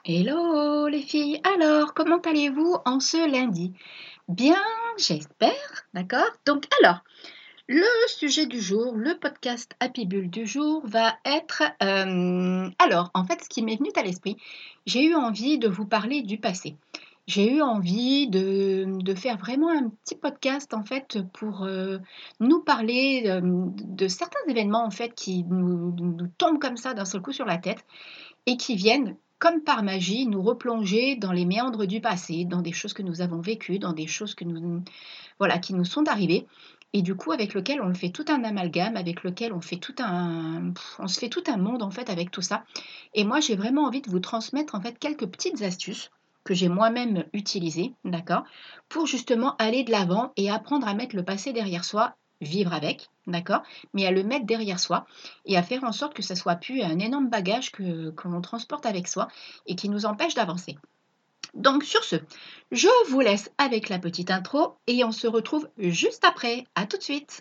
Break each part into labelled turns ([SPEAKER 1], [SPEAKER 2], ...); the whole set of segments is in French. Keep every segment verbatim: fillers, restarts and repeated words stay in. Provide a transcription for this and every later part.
[SPEAKER 1] Hello les filles, alors comment allez-vous en ce lundi? Bien, j'espère, d'accord? Donc alors, le sujet du jour, le podcast Happy Bull du jour va être... euh, alors, en fait, ce qui m'est venu à l'esprit, j'ai eu envie de vous parler du passé. J'ai eu envie de, de faire vraiment un petit podcast en fait pour euh, nous parler euh, de certains événements en fait qui nous, nous tombent comme ça d'un seul coup sur la tête et qui viennent, comme par magie, nous replonger dans les méandres du passé, dans des choses que nous avons vécues, dans des choses que nous, voilà, qui nous sont arrivées, et du coup avec lequel on fait tout un amalgame, avec lequel on fait tout un, on se fait tout un monde en fait avec tout ça. Et moi j'ai vraiment envie de vous transmettre en fait quelques petites astuces que j'ai moi-même utilisées, d'accord, pour justement aller de l'avant et apprendre à mettre le passé derrière soi, vivre avec, d'accord, mais à le mettre derrière soi et à faire en sorte que ça soit plus un énorme bagage que, que l'on transporte avec soi et qui nous empêche d'avancer. Donc sur ce, je vous laisse avec la petite intro et on se retrouve juste après. À tout de suite.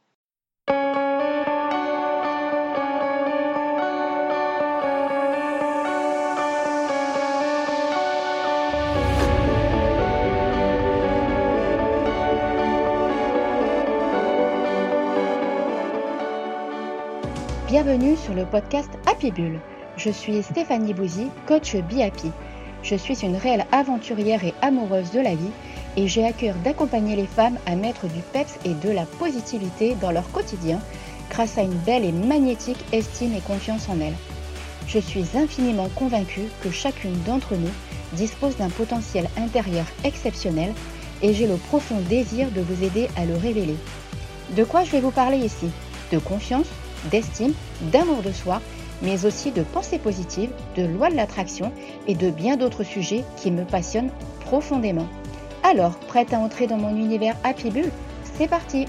[SPEAKER 2] Bienvenue sur le podcast Happy Bull. Je suis Stéphanie Bouzy, coach Be Happy. Je suis une réelle aventurière et amoureuse de la vie et j'ai à cœur d'accompagner les femmes à mettre du peps et de la positivité dans leur quotidien grâce à une belle et magnétique estime et confiance en elles. Je suis infiniment convaincue que chacune d'entre nous dispose d'un potentiel intérieur exceptionnel et j'ai le profond désir de vous aider à le révéler. De quoi je vais vous parler ici? De confiance, d'estime, d'amour de soi, mais aussi de pensée positive, de loi de l'attraction et de bien d'autres sujets qui me passionnent profondément. Alors, prête à entrer dans mon univers Happy Bull? C'est parti!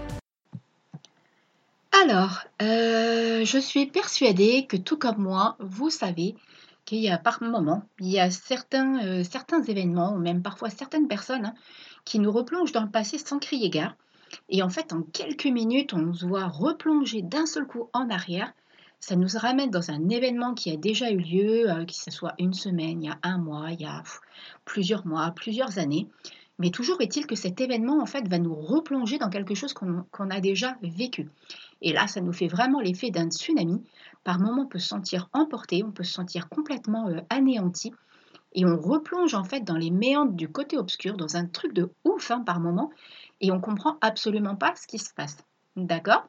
[SPEAKER 1] Alors, euh, je suis persuadée que tout comme moi, vous savez qu'il y a par moments, il y a certains, euh, certains événements, ou même parfois certaines personnes, hein, qui nous replongent dans le passé sans crier gare. Et en fait, en quelques minutes, on se voit replonger d'un seul coup en arrière. Ça nous ramène dans un événement qui a déjà eu lieu, euh, que ce soit une semaine, il y a un mois, il y a pff, plusieurs mois, plusieurs années. Mais toujours est-il que cet événement, en fait, va nous replonger dans quelque chose qu'on qu'on a déjà vécu. Et là, ça nous fait vraiment l'effet d'un tsunami. Par moments, on peut se sentir emporté, on peut se sentir complètement euh, anéanti. Et on replonge en fait dans les méandres du côté obscur, dans un truc de ouf hein, par moment. Et on comprend absolument pas ce qui se passe. D'accord?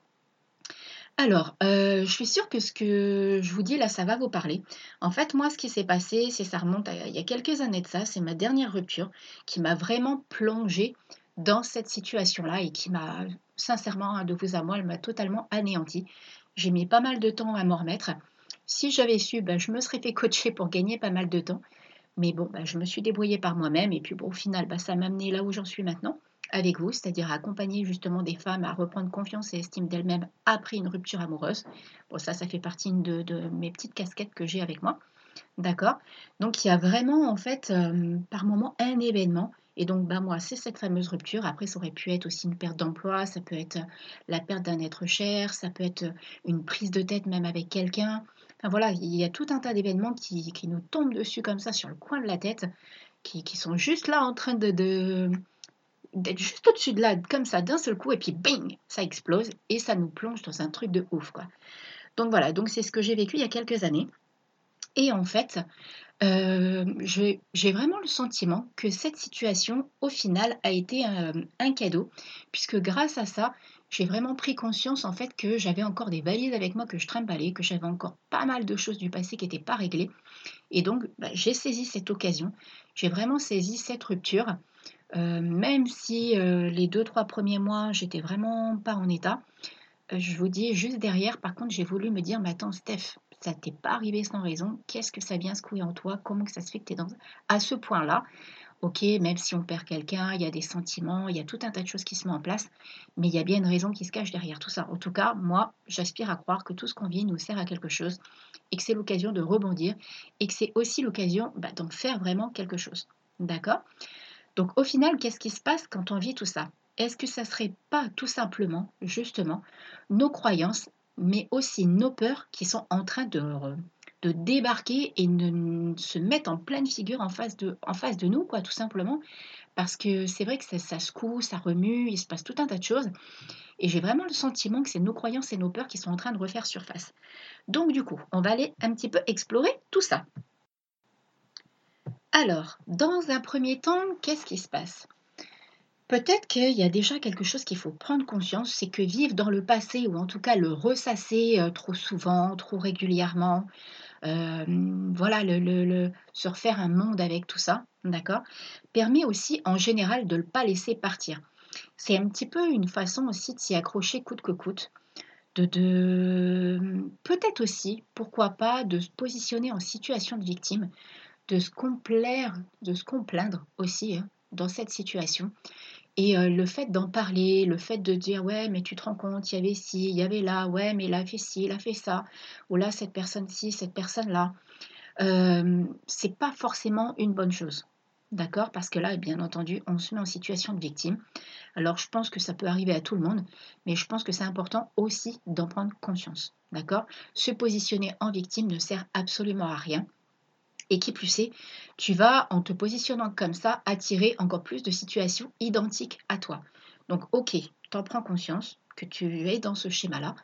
[SPEAKER 1] Alors, euh, je suis sûre que ce que je vous dis là, ça va vous parler. En fait, moi, ce qui s'est passé, c'est ça remonte à il y a quelques années de ça, c'est ma dernière rupture qui m'a vraiment plongée dans cette situation-là et qui m'a, sincèrement, hein, de vous à moi, elle m'a totalement anéantie. J'ai mis pas mal de temps à m'en remettre. Si j'avais su, ben, je me serais fait coacher pour gagner pas mal de temps. Mais bon, bah, je me suis débrouillée par moi-même et puis bon, au final, bah, ça m'a amené là où j'en suis maintenant avec vous, c'est-à-dire à accompagner justement des femmes à reprendre confiance et estime d'elles-mêmes après une rupture amoureuse. Bon, ça, ça fait partie de, de mes petites casquettes que j'ai avec moi. D'accord? Donc, il y a vraiment, en fait, euh, par moment, un événement. Et donc, bah, moi, c'est cette fameuse rupture. Après, ça aurait pu être aussi une perte d'emploi, ça peut être la perte d'un être cher, ça peut être une prise de tête même avec quelqu'un. Enfin voilà, il y a tout un tas d'événements qui, qui nous tombent dessus comme ça sur le coin de la tête, qui, qui sont juste là en train de, de- d'être juste au-dessus de là, comme ça, d'un seul coup, et puis bing, ça explose et ça nous plonge dans un truc de ouf, quoi. Donc voilà, donc c'est ce que j'ai vécu il y a quelques années. Et en fait, euh, je- j'ai vraiment le sentiment que cette situation, au final, a été un, un cadeau, puisque grâce à ça, j'ai vraiment pris conscience en fait que j'avais encore des valises avec moi que je trimballais, que j'avais encore pas mal de choses du passé qui n'étaient pas réglées. Et donc, bah, j'ai saisi cette occasion, j'ai vraiment saisi cette rupture, euh, même si euh, les deux, trois premiers mois, j'étais vraiment pas en état. Euh, je vous dis, juste derrière, par contre, j'ai voulu me dire, mais attends, Steph, ça t'est pas arrivé sans raison. Qu'est-ce que ça vient secouer en toi? Comment que ça se fait que tu es dans... à ce point-là? Ok, même si on perd quelqu'un, il y a des sentiments, il y a tout un tas de choses qui se mettent en place, mais il y a bien une raison qui se cache derrière tout ça. En tout cas, moi, j'aspire à croire que tout ce qu'on vit nous sert à quelque chose et que c'est l'occasion de rebondir et que c'est aussi l'occasion bah, d'en faire vraiment quelque chose. D'accord? Donc au final, qu'est-ce qui se passe quand on vit tout ça? Est-ce que ça ne serait pas tout simplement, justement, nos croyances, mais aussi nos peurs qui sont en train de, de débarquer et de se mettre en pleine figure en face de, en face de nous, quoi, tout simplement. Parce que c'est vrai que ça, ça secoue, ça remue, il se passe tout un tas de choses. Et j'ai vraiment le sentiment que c'est nos croyances et nos peurs qui sont en train de refaire surface. Donc du coup, on va aller un petit peu explorer tout ça. Alors, dans un premier temps, qu'est-ce qui se passe? Peut-être qu'il y a déjà quelque chose qu'il faut prendre conscience, c'est que vivre dans le passé, ou en tout cas le ressasser euh, trop souvent, trop régulièrement, euh, voilà, le, le- le- se refaire un monde avec tout ça, d'accord, permet aussi en général de ne pas laisser partir. C'est un petit peu une façon aussi de s'y accrocher coûte que coûte, de, de peut-être aussi, pourquoi pas, de se positionner en situation de victime, de se complaire, de se complaindre aussi hein, dans cette situation. Et euh, le fait d'en parler, le fait de dire ouais, mais tu te rends compte, il y avait ci, il y avait là, ouais, mais il a fait ci, il a fait ça, ou là, cette personne-ci, cette personne-là, euh, c'est pas forcément une bonne chose. D'accord? Parce que là, bien entendu, on se met en situation de victime. Alors, je pense que ça peut arriver à tout le monde, mais je pense que c'est important aussi d'en prendre conscience. D'accord? Se positionner en victime ne sert absolument à rien. Et qui plus est, tu vas, en te positionnant comme ça, attirer encore plus de situations identiques à toi. Donc, ok, t'en prends conscience que tu es dans ce schéma-là.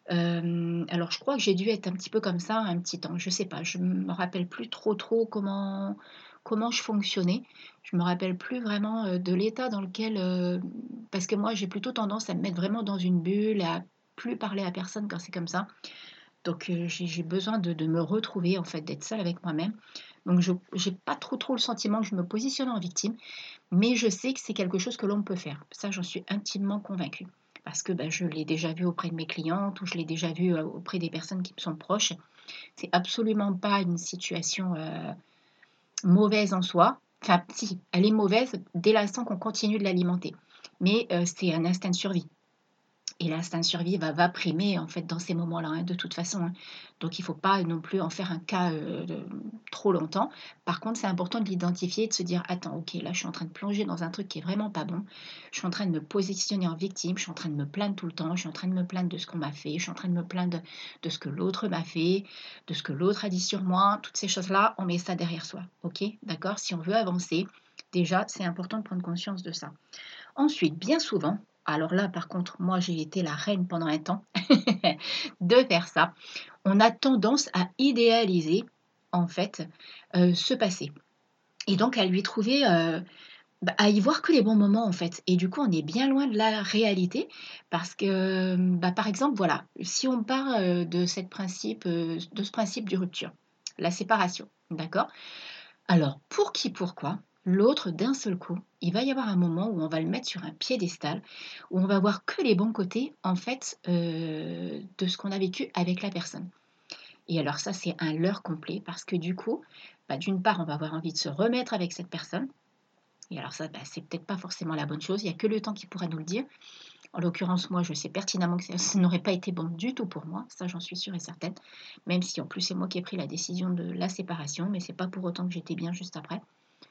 [SPEAKER 1] Euh, alors, je crois que j'ai dû être un petit peu comme ça un petit temps. Je sais pas, je me rappelle plus trop trop comment comment je fonctionnais. Je me rappelle plus vraiment euh, de l'état dans lequel, euh, parce que moi, j'ai plutôt tendance à me mettre vraiment dans une bulle, et à plus parler à personne quand c'est comme ça. Donc euh, j'ai j'ai besoin de, de me retrouver, en fait, d'être seule avec moi-même. Donc je n'ai pas trop trop le sentiment que je me positionne en victime, mais je sais que c'est quelque chose que l'on peut faire. Ça, j'en suis intimement convaincue. Parce que ben, je l'ai déjà vu auprès de mes clientes ou je l'ai déjà vu euh, auprès des personnes qui me sont proches. C'est absolument pas une situation euh, mauvaise en soi. Enfin, si, elle est mauvaise dès l'instant qu'on continue de l'alimenter. Mais euh, c'est un instinct de survie. Et l'instinct de survie va, va primer en fait dans ces moments-là, hein, de toute façon. Hein. Donc il ne faut pas non plus en faire un cas euh, de- trop longtemps. Par contre, c'est important de l'identifier et de se dire, attends, ok, là je suis en train de plonger dans un truc qui est vraiment pas bon. Je suis en train de me positionner en victime, je suis en train de me plaindre tout le temps, je suis en train de me plaindre de ce qu'on m'a fait, je suis en train de me plaindre de, de ce que l'autre m'a fait, de ce que l'autre a dit sur moi. Toutes ces choses-là, on met ça derrière soi. Ok, d'accord? Si on veut avancer, déjà, c'est important de prendre conscience de ça. Ensuite, bien souvent, alors là par contre, moi j'ai été la reine pendant un temps de faire ça, on a tendance à idéaliser en fait euh, ce passé. Et donc à lui trouver, euh, bah, à y voir que les bons moments en fait. Et du coup, on est bien loin de la réalité parce que, bah, par exemple, voilà, si on part euh, de, cette principe, euh, de ce principe de rupture, la séparation, d'accord? Alors, pour qui, pourquoi, l'autre, d'un seul coup, il va y avoir un moment où on va le mettre sur un piédestal, où on va voir que les bons côtés, en fait, euh, de ce qu'on a vécu avec la personne. Et alors ça, c'est un leurre complet, parce que du coup, bah, d'une part, on va avoir envie de se remettre avec cette personne, et alors ça, bah, c'est peut-être pas forcément la bonne chose, il n'y a que le temps qui pourra nous le dire. En l'occurrence, moi, je sais pertinemment que ça, ça n'aurait pas été bon du tout pour moi, ça j'en suis sûre et certaine, même si en plus c'est moi qui ai pris la décision de la séparation, mais c'est pas pour autant que j'étais bien juste après.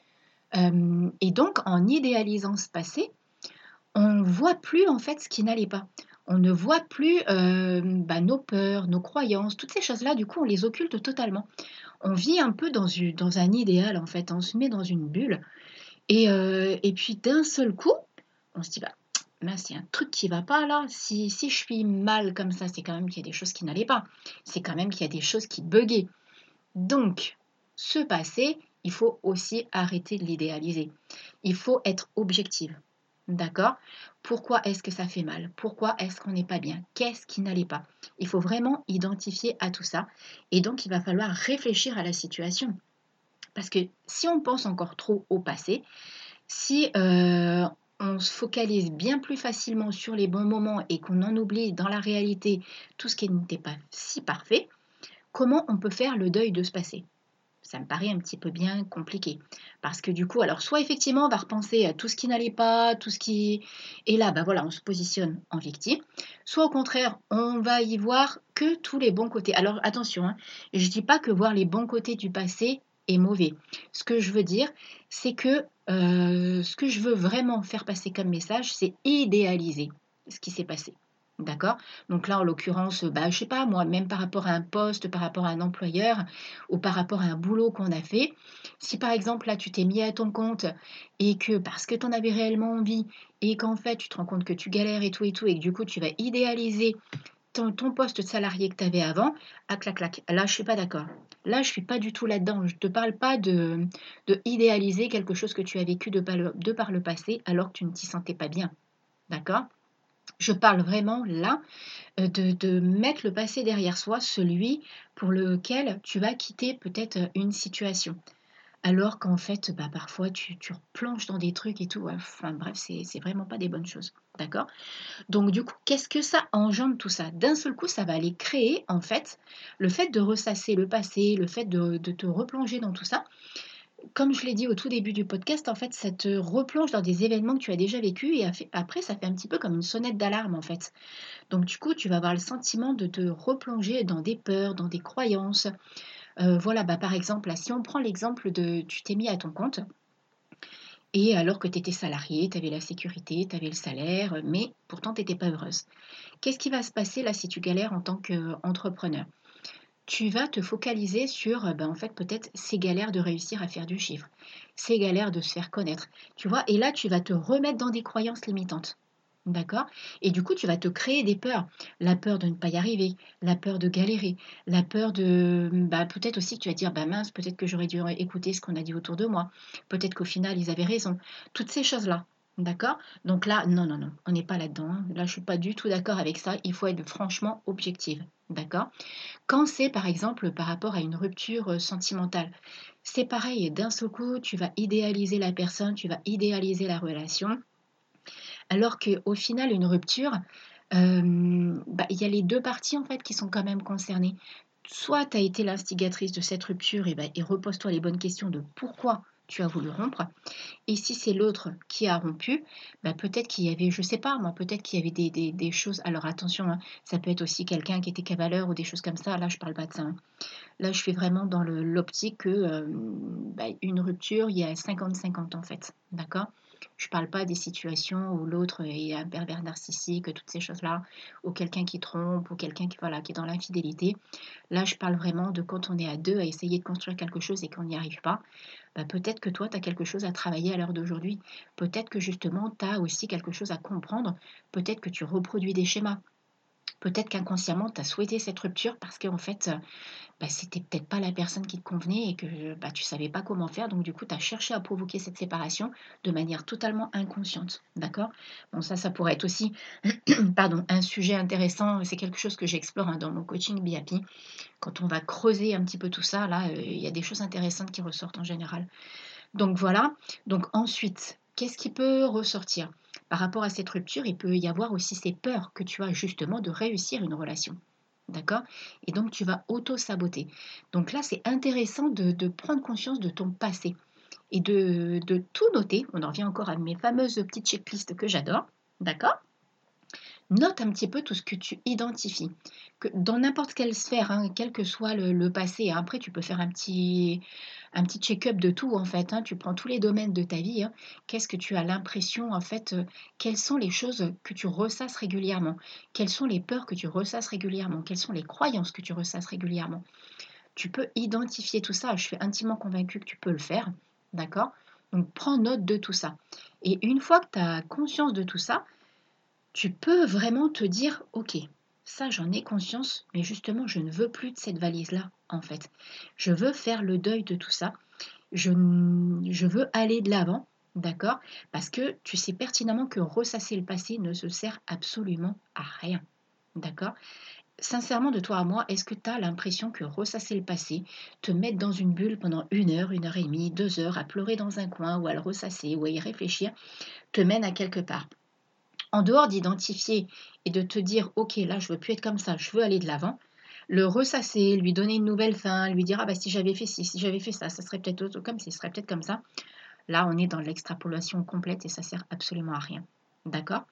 [SPEAKER 1] Euh, et donc, en idéalisant ce passé, on ne voit plus en fait ce qui n'allait pas. On ne voit plus euh, bah, nos peurs, nos croyances, toutes ces choses-là, du coup, on les occulte totalement. On vit un peu dans, une- dans un idéal, en fait, on se met dans une bulle. Et, euh, et puis, d'un seul coup, on se dit, bah, mince, il y a un truc qui va pas là. Si, si je suis mal comme ça, c'est quand même qu'il y a des choses qui n'allaient pas. C'est quand même qu'il y a des choses qui buguaient. Donc, ce passé, il faut aussi arrêter de l'idéaliser. Il faut être objective. D'accord? Pourquoi est-ce que ça fait mal? Pourquoi est-ce qu'on n'est pas bien? Qu'est-ce qui n'allait pas? Il faut vraiment identifier à tout ça. Et donc, il va falloir réfléchir à la situation. Parce que si on pense encore trop au passé, si euh, on se focalise bien plus facilement sur les bons moments et qu'on en oublie dans la réalité tout ce qui n'était pas si parfait, comment on peut faire le deuil de ce passé? Ça me paraît un petit peu bien compliqué. Parce que du coup, alors soit effectivement, on va repenser à tout ce qui n'allait pas, tout ce qui... Et là, bah voilà, on se positionne en victime. Soit au contraire, on va y voir que tous les bons côtés. Alors attention, hein, je ne dis pas que voir les bons côtés du passé est mauvais. Ce que je veux dire, c'est que euh, ce que je veux vraiment faire passer comme message, c'est idéaliser ce qui s'est passé. D'accord? Donc là, en l'occurrence, bah, je sais pas moi, même par rapport à un poste, par rapport à un employeur ou par rapport à un boulot qu'on a fait. Si par exemple, là, tu t'es mis à ton compte et que parce que tu en avais réellement envie et qu'en fait, tu te rends compte que tu galères et tout et tout et que du coup, tu vas idéaliser ton, ton poste de salarié que tu avais avant, ah clac clac. Là, je suis pas d'accord. Là, je suis pas du tout là-dedans. Je te parle pas de, de idéaliser quelque chose que tu as vécu de par le, de par le passé alors que tu ne t'y sentais pas bien. D'accord? Je parle vraiment là euh, de, de mettre le passé derrière soi, celui pour lequel tu vas quitter peut-être euh, une situation. Alors qu'en fait, bah, parfois, tu, tu replonges dans des trucs et tout. Ouais, enfin bref, c'est c'est vraiment pas des bonnes choses. D'accord? Donc du coup, qu'est-ce que ça engendre tout ça? D'un seul coup, ça va aller créer, en fait, le fait de ressasser le passé, le fait de, de te replonger dans tout ça. Comme je l'ai dit au tout début du podcast, en fait, ça te replonge dans des événements que tu as déjà vécus et après, ça fait un petit peu comme une sonnette d'alarme, en fait. Donc du coup, tu vas avoir le sentiment de te replonger dans des peurs, dans des croyances. Heu, voilà, bah, par exemple, là, si on prend l'exemple de tu t'es mis à ton compte et alors que tu étais salariée, tu avais la sécurité, tu avais le salaire, heu, mais pourtant tu étais pas heureuse. Qu'est-ce qui va se passer là si tu galères en tant qu'entrepreneur? Tu vas te focaliser sur, heu, bah, en fait, peut-être ces galères de réussir à faire du chiffre, ces galères de se faire connaître, tu vois? Et là, tu vas te remettre dans des croyances limitantes. D'accord? Et du coup, tu vas te créer des peurs. La peur de ne pas y arriver, la peur de galérer, la peur de, mmh, bah, peut-être aussi que tu vas dire, bah mince, peut-être que j'aurais dû écouter ce qu'on a dit autour de moi. Peut-être qu'au final, ils avaient raison. Toutes ces choses-là. D'accord? Donc là, non, non, non, on n'est pas là-dedans, hein. Là, je suis pas du tout d'accord avec ça. Il faut être franchement objective. D'accord? Quand c'est, par exemple, par rapport à une rupture euh, sentimentale, c'est pareil. D'un seul coup, tu vas idéaliser la personne, tu vas idéaliser la relation. Alors qu'au final, une rupture, hem, bah, il y a les deux parties, en fait, qui sont quand même concernées. Soit tu as été l'instigatrice de cette rupture et bah et repose-toi les bonnes questions de pourquoi tu as voulu rompre et si c'est l'autre qui a rompu, bah, peut-être qu'il y avait, je sais pas moi, peut-être qu'il y avait des des des choses alors attention, hein, ça peut être aussi quelqu'un qui était cavaleur ou des choses comme ça, là je parle pas de ça, hein. Là, je suis vraiment dans le l'optique que, hem, bah, une rupture, il y a cinquante cinquante en fait, d'accord? Je parle pas des situations où l'autre est un pervers narcissique, toutes ces choses-là, ou quelqu'un qui trompe, ou quelqu'un qui, voilà, qui est dans l'infidélité. Là, je parle vraiment de quand on est à deux à essayer de construire quelque chose et qu'on n'y arrive pas, bah, peut-être que toi, tu as quelque chose à travailler à l'heure d'aujourd'hui. Peut-être que justement, tu as aussi quelque chose à comprendre. Peut-être que tu reproduis des schémas. Peut-être qu'inconsciemment, tu as souhaité cette rupture parce qu'en fait, heu, bah, c'était peut-être pas la personne qui te convenait et que, bah, tu savais pas comment faire, donc du coup, tu as cherché à provoquer cette séparation de manière totalement inconsciente, d'accord? Bon ça, ça pourrait être aussi, pardon, un sujet intéressant, c'est quelque chose que j'explore, hein, dans mon coaching B A P. Quand on va creuser un petit peu tout ça, là, heu, il y a des choses intéressantes qui ressortent en général. Donc voilà, donc ensuite, qu'est-ce qui peut ressortir? Par rapport à cette rupture, il peut y avoir aussi ces peurs que tu as justement de réussir une relation. D'accord? Et donc tu vas auto-saboter. Donc là, c'est intéressant de, de prendre conscience de ton passé et de, de tout noter. On en revient encore à mes fameuses petites checklists que j'adore. D'accord? Note un petit peu tout ce que tu identifies. Que dans n'importe quelle sphère, hein, quel que soit le, le passé, hein. Après, tu peux faire un petit, un petit check-up de tout, en fait, hein. Tu prends tous les domaines de ta vie, hein. Qu'est-ce que tu as l'impression, en fait, euh, quelles sont les choses que tu ressasses régulièrement? Quelles sont les peurs que tu ressasses régulièrement? Quelles sont les croyances que tu ressasses régulièrement? Tu peux identifier tout ça. Je suis intimement convaincue que tu peux le faire. D'accord? Donc, prends note de tout ça. Et une fois que tu as conscience de tout ça, tu peux vraiment te dire: «OK, ça j'en ai conscience, mais justement je ne veux plus de cette valise-là, en fait. Je veux faire le deuil de tout ça. Je n je veux aller de l'avant», d'accord? Parce que tu sais pertinemment que ressasser le passé ne se sert absolument à rien, d'accord? Sincèrement, de toi à moi, est-ce que tu as l'impression que ressasser le passé, te mettre dans une bulle pendant une heure, une heure et demie, deux heures, à pleurer dans un coin ou à le ressasser ou à y réfléchir, te mène à quelque part? En dehors d'identifier et de te dire: «OK, là, je veux plus être comme ça, je veux aller de l'avant», le ressasser, lui donner une nouvelle fin, lui dire: «Ah bah, si j'avais fait ci, si j'avais fait ça, ça serait peut-être autre comme ci, ce serait peut-être comme ça». Là, on est dans l'extrapolation complète et ça sert absolument à rien. D'accord?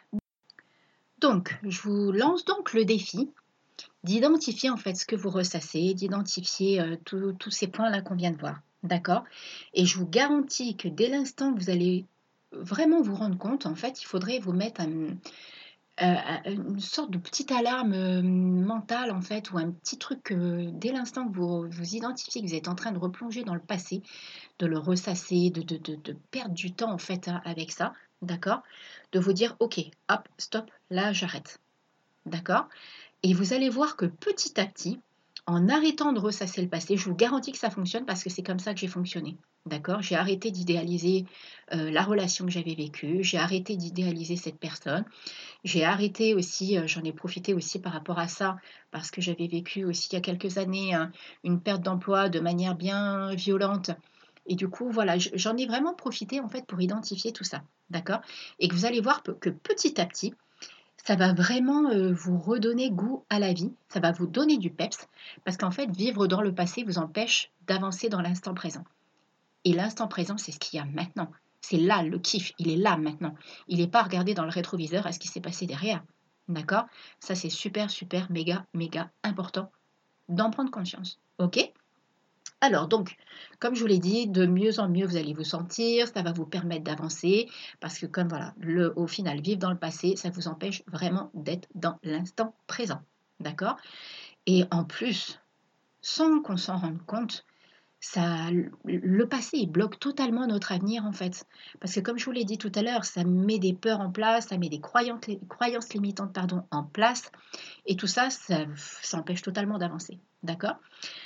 [SPEAKER 1] Donc, je vous lance donc le défi d'identifier, en fait, ce que vous ressassez, d'identifier, heu, tous tous ces points-là qu'on vient de voir. D'accord? Et je vous garantis que dès l'instant que vous allez vraiment vous rendre compte, en fait, il faudrait vous mettre un heu, une sorte de petite alarme, heu, mentale en fait ou un petit truc que dès l'instant que vous vous identifiez que vous êtes en train de replonger dans le passé, de le ressasser, de de de de perdre du temps en fait, hein, avec ça, d'accord? De vous dire: «OK, hop, stop, là j'arrête», d'accord? Et vous allez voir que petit à petit, en arrêtant de ressasser le passé, je vous garantis que ça fonctionne parce que c'est comme ça que j'ai fonctionné. D'accord? J'ai arrêté d'idéaliser euh, la relation que j'avais vécue, j'ai arrêté d'idéaliser cette personne, j'ai arrêté aussi, euh, j'en ai profité aussi par rapport à ça, parce que j'avais vécu aussi il y a quelques années hein, une perte d'emploi de manière bien violente. Et du coup, voilà, j- j'en ai vraiment profité en fait pour identifier tout ça. D'accord? Et que vous allez voir que petit à petit, ça va vraiment, heu, vous redonner goût à la vie, ça va vous donner du peps, parce qu'en fait, vivre dans le passé vous empêche d'avancer dans l'instant présent et l'instant présent, c'est ce qu'il y a maintenant. C'est là le kiff, il est là maintenant. Il n'est pas à regarder dans le rétroviseur à ce qui s'est passé derrière. D'accord? Ça, c'est super, super, méga, méga important d'en prendre conscience. OK? Alors donc, comme je vous l'ai dit, de mieux en mieux vous allez vous sentir, ça va vous permettre d'avancer, parce que comme voilà, le, au final, vivre dans le passé, ça vous empêche vraiment d'être dans l'instant présent. D'accord? Et en plus, sans qu'on s'en rende compte, ça, le passé, il bloque totalement notre avenir en fait. Parce que comme je vous l'ai dit tout à l'heure, ça met des peurs en place, ça met des croyances, croyances limitantes pardon, en place, et tout ça, ça, ça empêche totalement d'avancer. D'accord?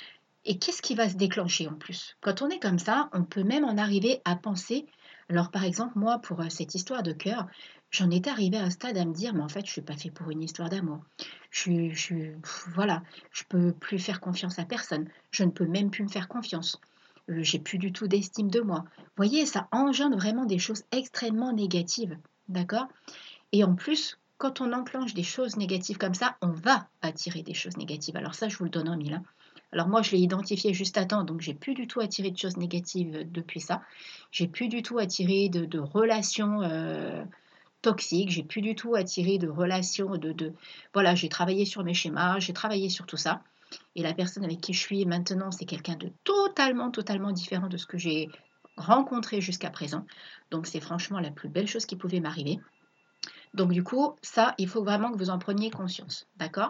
[SPEAKER 1] Et qu'est-ce qui va se déclencher en plus? Quand on est comme ça, on peut même en arriver à penser alors par exemple, moi, pour, heu, cette histoire de cœur, j'en étais arrivée à un stade à me dire: «Mais en fait, je suis pas fait pour une histoire d'amour. Je suis je suis pff, voilà, je peux plus faire confiance à personne. Je ne peux même plus me faire confiance. Heu, j'ai plus du tout d'estime de moi». Vous voyez, ça engendre vraiment des choses extrêmement négatives, d'accord? Et en plus, quand on enclenche des choses négatives comme ça, on va attirer des choses négatives. Alors ça, je vous le donne en mille, hein. Alors moi, je l'ai identifié juste à temps, donc j'ai plus du tout attiré de choses négatives euh, depuis ça. J'ai plus du tout attiré de, de relations euh, toxiques. J'ai plus du tout attiré de relations de, de... Voilà, j'ai travaillé sur mes schémas, j'ai travaillé sur tout ça. Et la personne avec qui je suis maintenant, c'est quelqu'un de totalement, totalement différent de ce que j'ai rencontré jusqu'à présent. Donc c'est franchement la plus belle chose qui pouvait m'arriver. Donc du coup, ça, il faut vraiment que vous en preniez conscience, d'accord?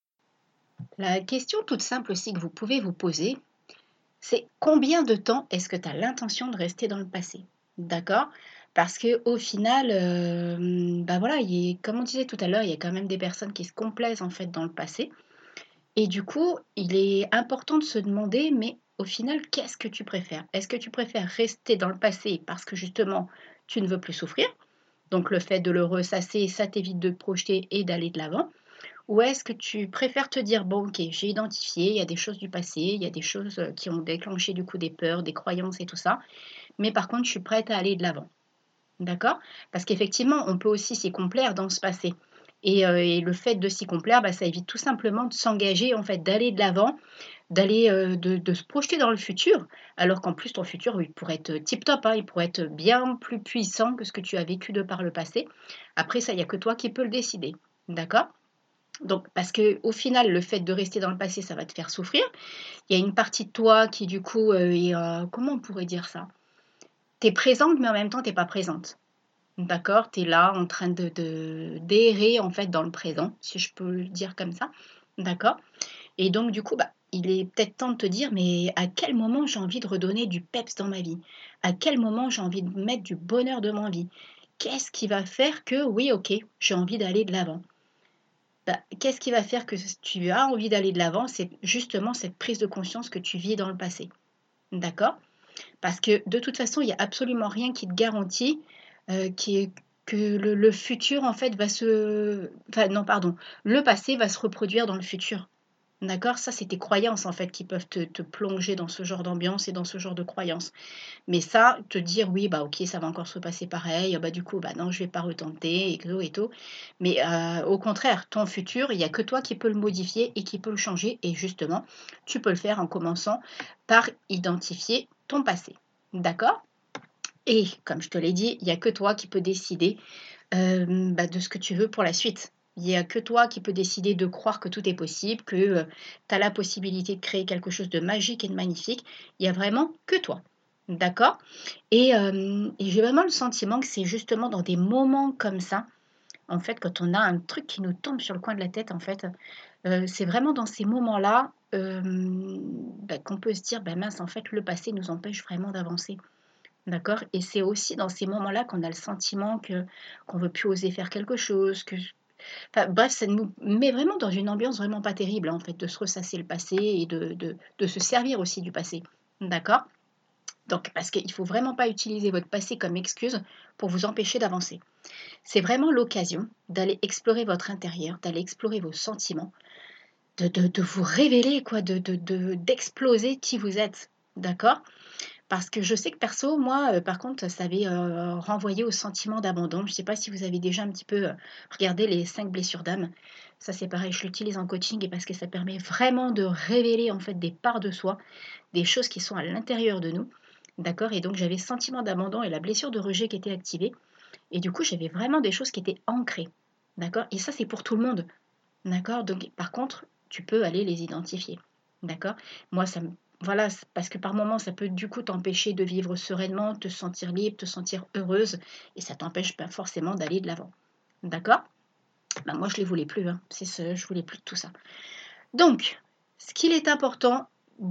[SPEAKER 1] La question toute simple aussi que vous pouvez vous poser, c'est combien de temps est-ce que tu as l'intention de rester dans le passé? D'accord? Parce que au final, euh, bah voilà, il y a- comme on disait tout à l'heure, il y a quand même des personnes qui se complaisent en fait dans le passé. Et du coup, il est important de se demander, mais au final, qu'est-ce que tu préfères? Est-ce que tu préfères rester dans le passé parce que justement, tu ne veux plus souffrir? Donc le fait de le ressasser, ça t'évite de te projeter et d'aller de l'avant. Ou est-ce que tu préfères te dire, bon, ok, j'ai identifié, il y a des choses du passé, il y a des choses euh, qui ont déclenché du coup des peurs, des croyances et tout ça, mais par contre, je suis prête à aller de l'avant. D'accord? Parce qu'effectivement, on peut aussi s'y complaire dans ce passé. Et, euh, et le fait de s'y complaire, bah, ça évite tout simplement de s'engager, en fait, d'aller de l'avant, d'aller, euh, de, de se projeter dans le futur, alors qu'en plus, ton futur, il pourrait être tip-top, hein, il pourrait être bien plus puissant que ce que tu as vécu de par le passé. Après, ça, il n'y a que toi qui peux le décider. D'accord? Donc, parce que au final, le fait de rester dans le passé, ça va te faire souffrir. Il y a une partie de toi qui, du coup, euh, est, euh, comment on pourrait dire ça? Tu es présente, mais en même temps, tu n'es pas présente. D'accord? Tu es là en train de, de d'errer en fait dans le présent, si je peux le dire comme ça. D'accord? Et donc, du coup, bah, il est peut-être temps de te dire, mais à quel moment j'ai envie de redonner du peps dans ma vie? À quel moment j'ai envie de mettre du bonheur dans ma vie? Qu'est-ce qui va faire que, oui, ok, j'ai envie d'aller de l'avant? Bah, qu'est-ce qui va faire que tu as envie d'aller de l'avant? C'est justement cette prise de conscience que tu vis dans le passé. D'accord? Parce que de toute façon, il n'y a absolument rien qui te garantit euh, qui est- que le, le futur, en fait, va se... Enfin, non, pardon. Le passé va se reproduire dans le futur. D'accord? Ça, c'est tes croyances, en fait, qui peuvent te, te plonger dans ce genre d'ambiance et dans ce genre de croyances. Mais ça, te dire: «Oui, bah, OK, ça va encore se passer pareil, bah, du coup, bah, non, je vais pas retenter et tout et tout». Mais heu, au contraire, ton futur, il y a que toi qui peux le modifier et qui peut le changer et justement, tu peux le faire en commençant par identifier ton passé. D'accord? Et comme je te l'ai dit, il y a que toi qui peux décider, hem, bah, de ce que tu veux pour la suite. Il y a que toi qui peux décider de croire que tout est possible, que, heu, tu as la possibilité de créer quelque chose de magique et de magnifique. Il y a vraiment que toi. D'accord? Et hem et j'ai vraiment le sentiment que c'est justement dans des moments comme ça En fait, quand on a un truc qui nous tombe sur le coin de la tête, en fait, euh, c'est vraiment dans ces moments-là euh, bah, qu'on peut se dire, bah, mince, en fait, le passé nous empêche vraiment d'avancer. D'accord? Et c'est aussi dans ces moments-là qu'on a le sentiment que qu'on veut plus oser faire quelque chose, que enfin, bref, ça nous met vraiment dans une ambiance vraiment pas terrible, hein, en fait, de se ressasser le passé et de, de, de se servir aussi du passé. D'accord? Donc, parce qu'il ne faut vraiment pas utiliser votre passé comme excuse pour vous empêcher d'avancer. C'est vraiment l'occasion d'aller explorer votre intérieur, d'aller explorer vos sentiments, de, de, de vous révéler, quoi, de, de, de, d'exploser qui vous êtes. D'accord? Parce que je sais que perso, moi, euh, par contre, ça avait euh, renvoyé au sentiment d'abandon. Je ne sais pas si vous avez déjà un petit peu euh, regardé les cinq blessures d'âme. Ça, c'est pareil, je l'utilise en coaching et parce que ça permet vraiment de révéler en fait des parts de soi, des choses qui sont à l'intérieur de nous. D'accord? Et donc, j'avais sentiment d'abandon et la blessure de rejet qui était activée. Et du coup, j'avais vraiment des choses qui étaient ancrées. D'accord? Et ça, c'est pour tout le monde. D'accord? Donc, par contre, tu peux aller les identifier. D'accord? Moi, ça me voilà, parce que par moments, ça peut du coup t'empêcher de vivre sereinement, te sentir libre, te sentir heureuse, et ça t'empêche pas forcément d'aller de l'avant. D'accord? Ben, moi, je ne les voulais plus, hein. C'est ce, je voulais plus de tout ça. Donc, ce qu'il est important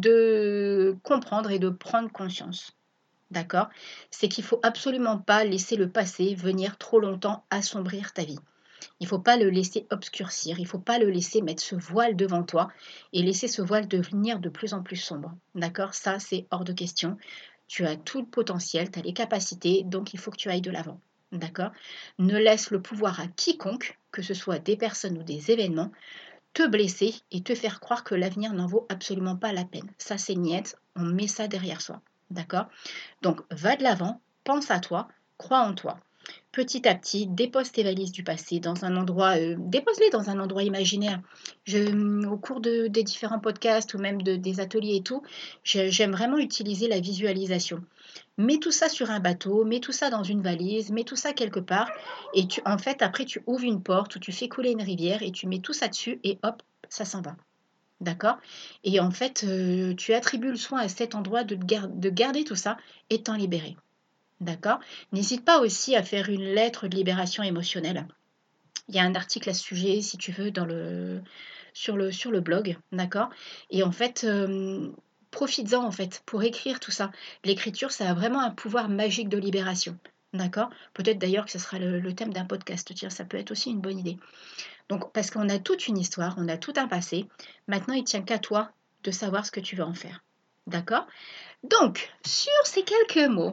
[SPEAKER 1] de comprendre et de prendre conscience, d'accord, c'est qu'il ne faut absolument pas laisser le passé venir trop longtemps assombrir ta vie. Il ne faut pas le laisser obscurcir, il ne faut pas le laisser mettre ce voile devant toi et laisser ce voile devenir de plus en plus sombre. D'accord? Ça, c'est hors de question. Tu as tout le potentiel, tu as les capacités, donc il faut que tu ailles de l'avant. D'accord? Ne laisse le pouvoir à quiconque, que ce soit des personnes ou des événements, te blesser et te faire croire que l'avenir n'en vaut absolument pas la peine. Ça, c'est niette, on met ça derrière soi. D'accord? Donc, va de l'avant, pense à toi, crois en toi. Petit à petit, dépose tes valises du passé dans un endroit, euh, dépose-les dans un endroit imaginaire. Je, au cours de, des différents podcasts ou même de, des ateliers et tout, je- j'aime vraiment utiliser la visualisation. Mets tout ça sur un bateau, mets tout ça dans une valise, mets tout ça quelque part et tu, en fait, après, tu ouvres une porte ou tu fais couler une rivière et tu mets tout ça dessus et hop, ça s'en va. D'accord? Et en fait, euh, tu attribues le soin à cet endroit de, gar- de garder tout ça et t'en libérer. D'accord? N'hésite pas aussi à faire une lettre de libération émotionnelle. Il y a un article à ce sujet, si tu veux, dans le, sur, le, sur le blog. D'accord? Et en fait, euh, profites-en en fait pour écrire tout ça. L'écriture, ça a vraiment un pouvoir magique de libération. D'accord? Peut-être d'ailleurs que ce sera le, le thème d'un podcast. Tiens, ça peut être aussi une bonne idée. Donc, parce qu'on a toute une histoire, on a tout un passé. Maintenant, il tient qu'à toi de savoir ce que tu veux en faire. D'accord? Donc, sur ces quelques mots,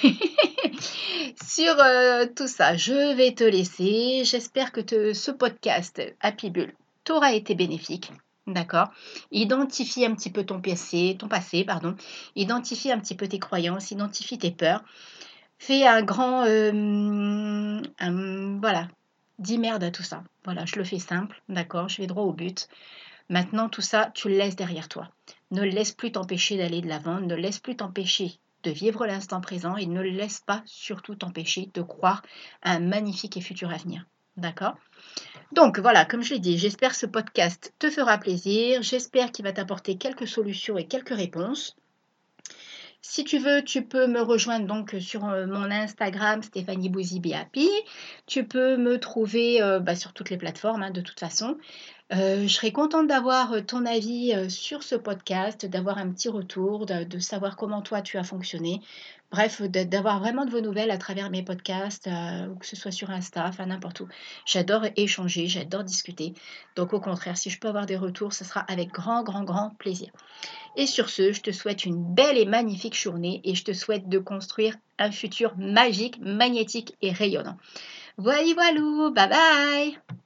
[SPEAKER 1] sur euh, tout ça, je vais te laisser. J'espère que te- ce podcast Happy Bull t'aura été bénéfique. D'accord? Identifie un petit peu ton passé, ton passé, pardon. Identifie un petit peu tes croyances, identifie tes peurs. Fais un grand, euh, un- voilà, dis merde à tout ça. Voilà, je le fais simple, d'accord? Je vais droit au but. Maintenant, tout ça, tu le laisses derrière toi. Ne le laisse plus t'empêcher d'aller de l'avant, ne le laisse plus t'empêcher de vivre l'instant présent et ne le laisse pas surtout t'empêcher de croire à un magnifique et futur avenir. D'accord? Donc voilà, comme je l'ai dit, j'espère que ce podcast te fera plaisir, j'espère qu'il va t'apporter quelques solutions et quelques réponses. Si tu veux, tu peux me rejoindre donc sur euh, mon Instagram Stéphanie Bouzy Be Happy. Tu peux me trouver euh, bah, sur toutes les plateformes hein, de toute façon. Euh, je serais contente d'avoir euh, ton avis euh, sur ce podcast, d'avoir un petit retour, de, de savoir comment toi tu as fonctionné. Bref, de- d'avoir vraiment de vos nouvelles à travers mes podcasts, euh, ou que ce soit sur Insta, enfin n'importe où. J'adore échanger, j'adore discuter. Donc au contraire, si je peux avoir des retours, ce sera avec grand, grand, grand plaisir. Et sur ce, je te souhaite une belle et magnifique journée et je te souhaite de construire un futur magique, magnétique et rayonnant. Voilà, voilou, bye bye!